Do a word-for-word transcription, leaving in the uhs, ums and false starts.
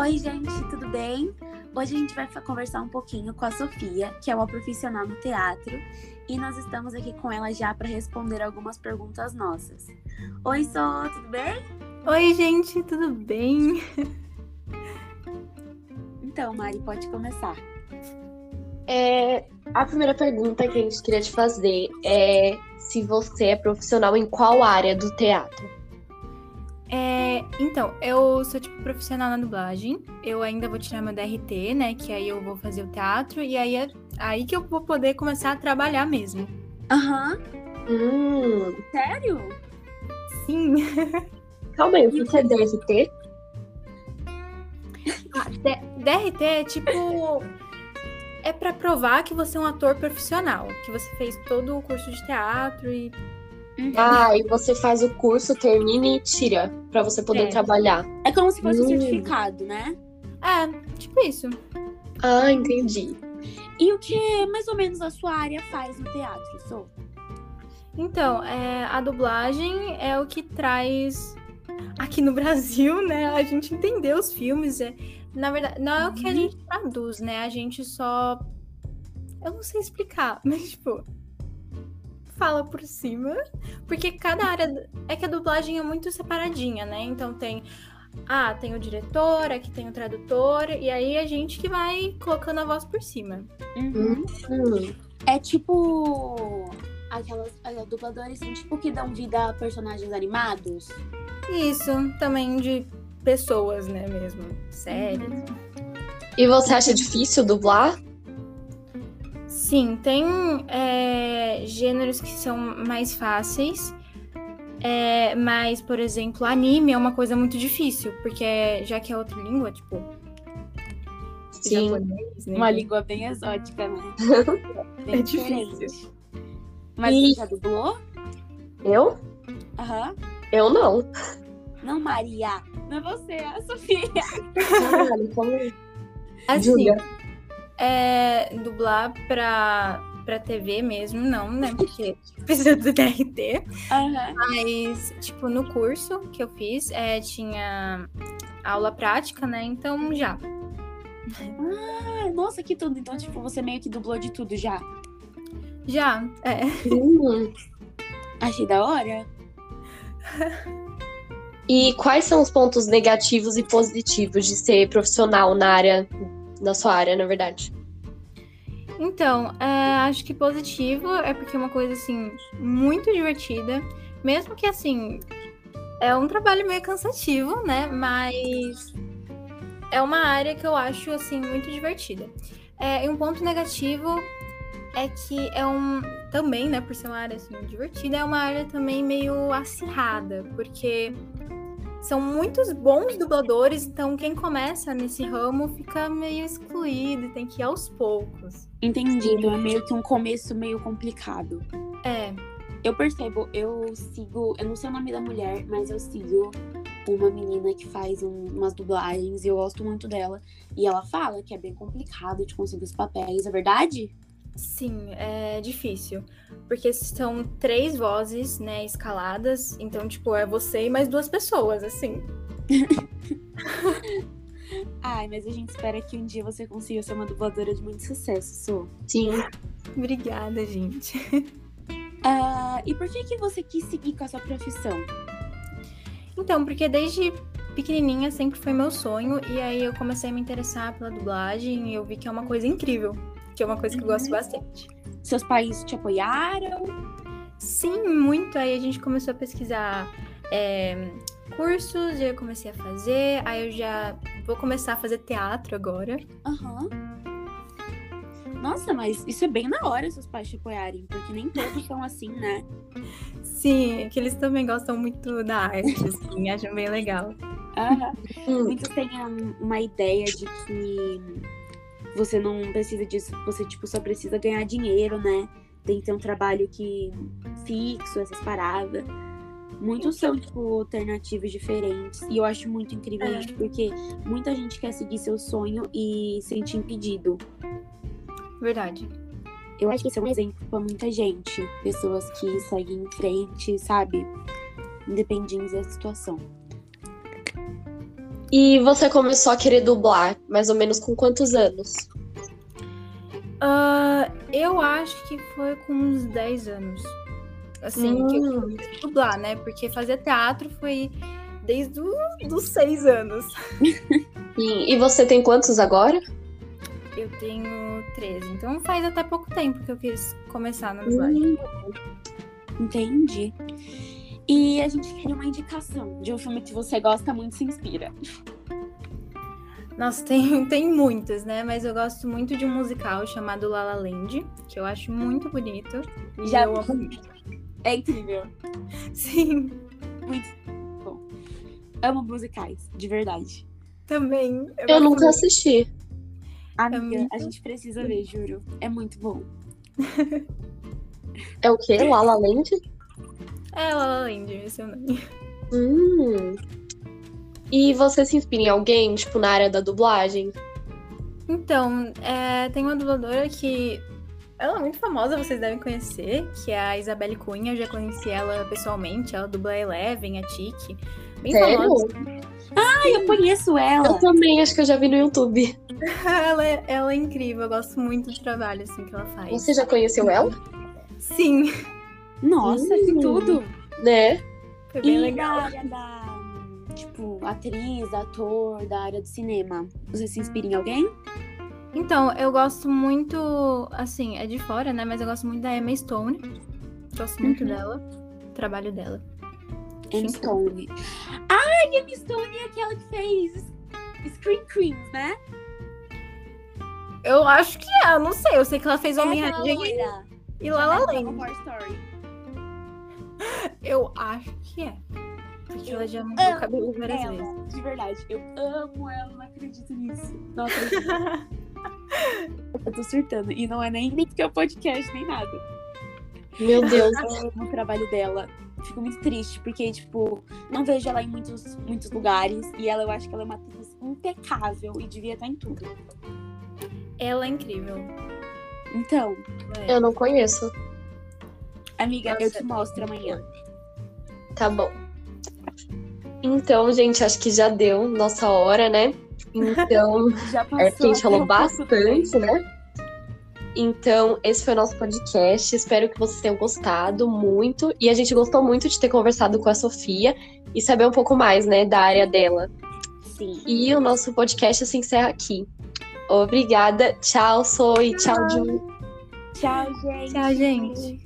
Oi, gente, tudo bem? Hoje a gente vai fa- conversar um pouquinho com a Sofia, que é uma profissional no teatro, e nós estamos aqui com ela já para responder algumas perguntas nossas. Oi, Sô, tudo bem? Oi, gente, tudo bem? Então, Mari, pode começar. É, a primeira pergunta que a gente queria te fazer é se você é profissional em qual área do teatro? É, então, eu sou, tipo, profissional na dublagem. Eu ainda vou tirar meu D R T, né? Que aí eu vou fazer o teatro. E aí é aí que eu vou poder começar a trabalhar mesmo. Aham, Hum, sério? Sim. calma aí, você é D R T? Ah, D- DRT é, tipo... É pra provar que você é um ator profissional. Que você fez todo o curso de teatro e... Uhum. Ah, e você faz o curso, termina e tira, pra você poder É. trabalhar. É como se fosse um Hum. certificado, né? É, tipo isso. Ah, entendi. E o que mais ou menos a sua área faz no teatro, Sô? Então, é, a dublagem é o que traz aqui no Brasil, né? A gente entender os filmes. É, na verdade, não é o que a gente traduz, né? A gente só. Eu não sei explicar, mas, tipo. Fala por cima. Porque cada área. É que a dublagem é muito separadinha, né? Então tem. Ah, tem o diretor, aqui tem o tradutor, e aí a gente que vai colocando a voz por cima. Uhum. Hum, É tipo aquelas eh, dubladores assim, tipo que dão vida a personagens animados. Isso, também de pessoas, né, mesmo. Séries. E você acha difícil dublar? Sim, tem é, gêneros que são mais fáceis, é, mas, por exemplo, anime é uma coisa muito difícil, porque já que é outra língua, tipo, Sim. japonês, né? Uma língua bem exótica, né? Bem É diferente. difícil. Mas E- você já dublou? Eu? Aham. Eu não. Não, Maria. Não é você, é a Sofia. Caralho, como... Assim, Júlia. é, dublar pra, pra T V mesmo, não, né? Porque precisa do D R T. Aham. Mas, tipo, no curso que eu fiz, é, tinha aula prática, né? Então, já. Ah, nossa, que tudo. Então, tipo, você meio que dublou de tudo já. Já, é. Hum. Achei da hora. E quais são os pontos negativos e positivos de ser profissional na área, na sua área, na verdade? Então, é, acho que positivo é porque é uma coisa, assim, muito divertida. Mesmo que, assim, é um trabalho meio cansativo, né? Mas é uma área que eu acho, assim, muito divertida. É, e um ponto negativo é que é um... Também, né, por ser uma área, assim, divertida, é uma área também meio acirrada. Porque são muitos bons dubladores, então quem começa nesse ramo fica meio excluído e tem que ir aos poucos. Entendi. Então é meio que um começo meio complicado. É, Eu percebo, eu sigo, eu não sei o nome da mulher, mas eu sigo uma menina que faz um- umas dublagens e eu gosto muito dela. E ela fala que é bem complicado de conseguir os papéis, é verdade? sim, é difícil. Porque são três vozes, né, escaladas. Então, tipo, é você e mais duas pessoas, assim. Ai, mas a gente espera que um dia você consiga ser uma dubladora de muito sucesso, Su. Sim. Obrigada, gente. Ah, e por que que você quis seguir com a sua profissão? Então, porque desde pequenininha sempre foi meu sonho. E aí eu comecei a me interessar pela dublagem e eu vi que é uma coisa incrível. Que é uma coisa que eu gosto bastante. Seus pais te apoiaram? Sim, muito. Aí a gente começou a pesquisar é, cursos, e eu comecei a fazer. Aí eu já vou começar a fazer teatro agora. Aham. Nossa, mas isso é bem na hora seus pais te apoiarem, porque nem todos são assim, né? Sim, que eles também gostam muito da arte, assim, acham bem legal. Aham. Hum. Muitos têm um, uma ideia de que você não precisa disso, você tipo só precisa ganhar dinheiro, né? Tem que ter um trabalho que fixo, essas paradas. Muitos são tipo alternativas diferentes e eu acho muito incrível É. isso, porque muita gente quer seguir seu sonho e sente impedido. Verdade. Eu acho que isso é um exemplo pra muita gente, pessoas que seguem em frente, sabe? Independentes da situação. E você começou a querer dublar, mais ou menos com quantos anos? Uh, eu acho que foi com uns dez anos. Assim, Hum. que eu comecei a dublar, né? Porque fazer teatro foi desde os seis anos. E, e você tem quantos agora? Eu tenho treze, então faz até pouco tempo que eu quis começar na dublagem. Hum. Entendi. E a gente queria uma indicação de um filme que você gosta muito e se inspira. Nossa, tem, tem muitas, né? Mas eu gosto muito de um musical chamado La La Land, que eu acho muito bonito. E Já eu amo. É incrível. Sim, Amo musicais, de verdade. também. Eu gosto nunca muito. assisti. Amiga, muito- a gente precisa ver, juro. É muito bom. É o quê? La La Land? É La La Land, esse é o nome. Hum. E você se inspira em alguém, tipo, na área da dublagem? Então, é, tem uma dubladora que ela é muito famosa, vocês devem conhecer, que é a Isabelle Cunha. Eu já conheci ela pessoalmente, ela dubla a Eleven, a Tiki. Bem Sério? famosa. Ai, eu conheço ela. Eu também, acho que eu já vi no YouTube. Ela é, ela é incrível, eu gosto muito do trabalho assim, que ela faz. Você já conheceu ela? Sim, Nossa, que Hum. tudo. Né? foi bem E legal. da área da, tipo, atriz, ator, da área do cinema, você se inspira em alguém? Então, eu gosto muito, assim, é de fora, né? Mas eu gosto muito da Emma Stone. Gosto muito Uhum. dela, do trabalho dela. Emma Sim. Stone. Ai, Emma Stone é aquela que fez Scream Queens, né? Eu acho que é, eu não sei. Eu sei que ela fez É aquela Homem-Aranha loira. e La La American Land. Horror Story. Eu acho que é. Porque Eu ela já mudou o amo cabelo várias vezes. Ela, de verdade, eu amo ela, não acredito nisso. Não acredito. Eu tô surtando. E não é nem porque é um podcast, nem nada. Meu Deus. Eu amo o trabalho dela. Fico muito triste, porque, tipo, não vejo ela em muitos, muitos lugares. E ela, eu acho que ela é uma atriz impecável e devia estar em tudo. Ela é incrível. Então, É. Eu não conheço. amiga, Nossa. eu te mostro amanhã. Tá bom. Então, gente, acho que já deu nossa hora, né? Então, Já é porque a gente até falou um pouco também. bastante, né? Então, esse foi o nosso podcast. Espero que vocês tenham gostado muito. E a gente gostou muito de ter conversado com a Sofia e saber um pouco mais, né, da área dela. Sim. E o nosso podcast se encerra aqui. Obrigada. Tchau, Soy. Tchau, Ju. Tchau, gente. Tchau, gente.